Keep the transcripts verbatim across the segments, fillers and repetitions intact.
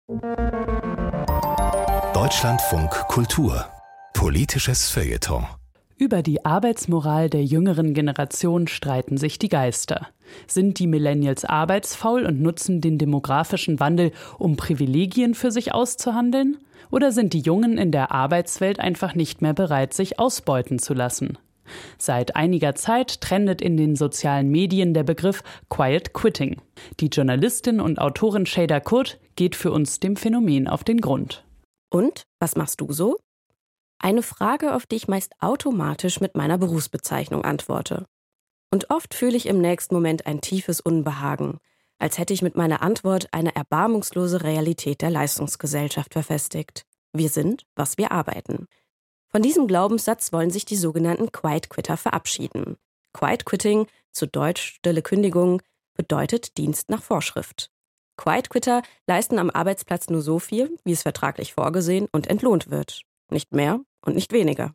Deutschlandfunk Kultur. Politisches Feuilleton. Über die Arbeitsmoral der jüngeren Generation streiten sich die Geister. Sind die Millennials arbeitsfaul und nutzen den demografischen Wandel, um Privilegien für sich auszuhandeln? Oder sind die Jungen in der Arbeitswelt einfach nicht mehr bereit, sich ausbeuten zu lassen? Seit einiger Zeit trendet in den sozialen Medien der Begriff Quiet Quitting. Die Journalistin und Autorin Şeyda Kurt geht für uns dem Phänomen auf den Grund. Und, was machst du so? Eine Frage, auf die ich meist automatisch mit meiner Berufsbezeichnung antworte. Und oft fühle ich im nächsten Moment ein tiefes Unbehagen, als hätte ich mit meiner Antwort eine erbarmungslose Realität der Leistungsgesellschaft verfestigt. Wir sind, was wir arbeiten. Von diesem Glaubenssatz wollen sich die sogenannten Quiet Quitter verabschieden. Quiet Quitting, zu Deutsch stille Kündigung, bedeutet Dienst nach Vorschrift. Quiet Quitter leisten am Arbeitsplatz nur so viel, wie es vertraglich vorgesehen und entlohnt wird. Nicht mehr und nicht weniger.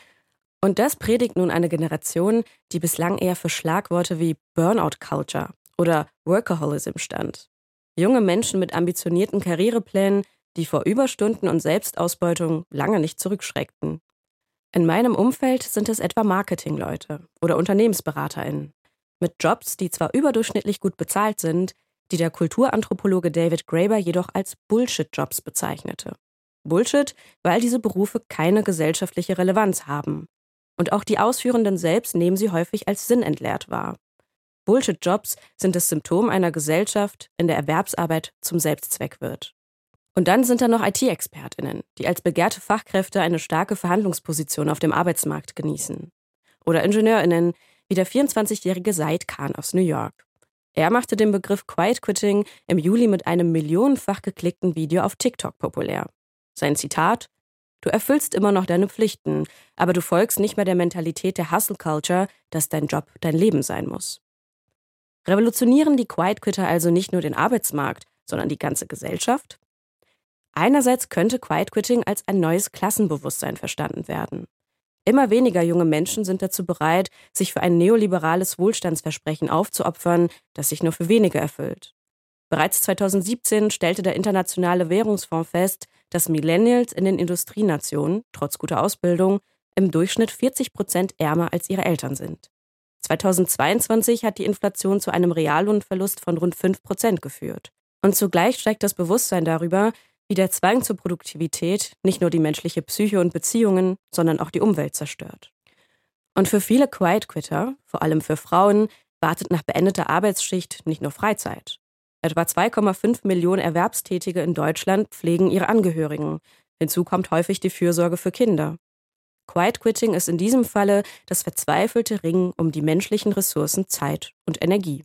Und das predigt nun eine Generation, die bislang eher für Schlagworte wie Burnout Culture oder Workaholism stand. Junge Menschen mit ambitionierten Karriereplänen, die vor Überstunden und Selbstausbeutung lange nicht zurückschreckten. In meinem Umfeld sind es etwa Marketingleute oder UnternehmensberaterInnen mit Jobs, die zwar überdurchschnittlich gut bezahlt sind, die der Kulturanthropologe David Graeber jedoch als Bullshit-Jobs bezeichnete. Bullshit, weil diese Berufe keine gesellschaftliche Relevanz haben. Und auch die Ausführenden selbst nehmen sie häufig als sinnentleert wahr. Bullshit-Jobs sind das Symptom einer Gesellschaft, in der Erwerbsarbeit zum Selbstzweck wird. Und dann sind da noch I T-ExpertInnen, die als begehrte Fachkräfte eine starke Verhandlungsposition auf dem Arbeitsmarkt genießen. Oder IngenieurInnen, wie der vierundzwanzigjährige Said Khan aus New York. Er machte den Begriff Quiet Quitting im Juli mit einem millionenfach geklickten Video auf TikTok populär. Sein Zitat: „Du erfüllst immer noch deine Pflichten, aber du folgst nicht mehr der Mentalität der Hustle Culture, dass dein Job dein Leben sein muss." Revolutionieren die Quiet Quitter also nicht nur den Arbeitsmarkt, sondern die ganze Gesellschaft? Einerseits könnte Quiet Quitting als ein neues Klassenbewusstsein verstanden werden. Immer weniger junge Menschen sind dazu bereit, sich für ein neoliberales Wohlstandsversprechen aufzuopfern, das sich nur für wenige erfüllt. Bereits zweitausendsiebzehn stellte der Internationale Währungsfonds fest, dass Millennials in den Industrienationen, trotz guter Ausbildung, im Durchschnitt vierzig Prozent ärmer als ihre Eltern sind. zweitausendzweiundzwanzig hat die Inflation zu einem Reallohnverlust von rund fünf Prozent geführt. Und zugleich steigt das Bewusstsein darüber, wie der Zwang zur Produktivität nicht nur die menschliche Psyche und Beziehungen, sondern auch die Umwelt zerstört. Und für viele Quiet Quitter, vor allem für Frauen, wartet nach beendeter Arbeitsschicht nicht nur Freizeit. Etwa zwei Komma fünf Millionen Erwerbstätige in Deutschland pflegen ihre Angehörigen. Hinzu kommt häufig die Fürsorge für Kinder. Quiet Quitting ist in diesem Falle das verzweifelte Ringen um die menschlichen Ressourcen Zeit und Energie.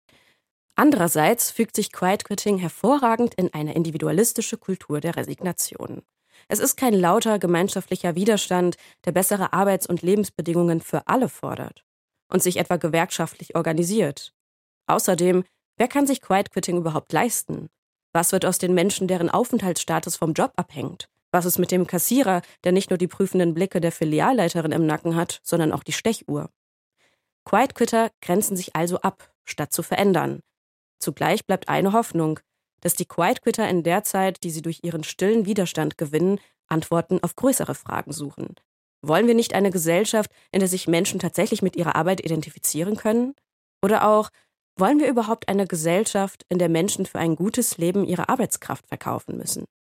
Andererseits fügt sich Quiet Quitting hervorragend in eine individualistische Kultur der Resignation. Es ist kein lauter gemeinschaftlicher Widerstand, der bessere Arbeits- und Lebensbedingungen für alle fordert und sich etwa gewerkschaftlich organisiert. Außerdem, wer kann sich Quiet Quitting überhaupt leisten? Was wird aus den Menschen, deren Aufenthaltsstatus vom Job abhängt? Was ist mit dem Kassierer, der nicht nur die prüfenden Blicke der Filialleiterin im Nacken hat, sondern auch die Stechuhr? Quiet Quitter grenzen sich also ab, statt zu verändern. Zugleich bleibt eine Hoffnung, dass die Quiet Quitter in der Zeit, die sie durch ihren stillen Widerstand gewinnen, Antworten auf größere Fragen suchen. Wollen wir nicht eine Gesellschaft, in der sich Menschen tatsächlich mit ihrer Arbeit identifizieren können? Oder auch, wollen wir überhaupt eine Gesellschaft, in der Menschen für ein gutes Leben ihre Arbeitskraft verkaufen müssen?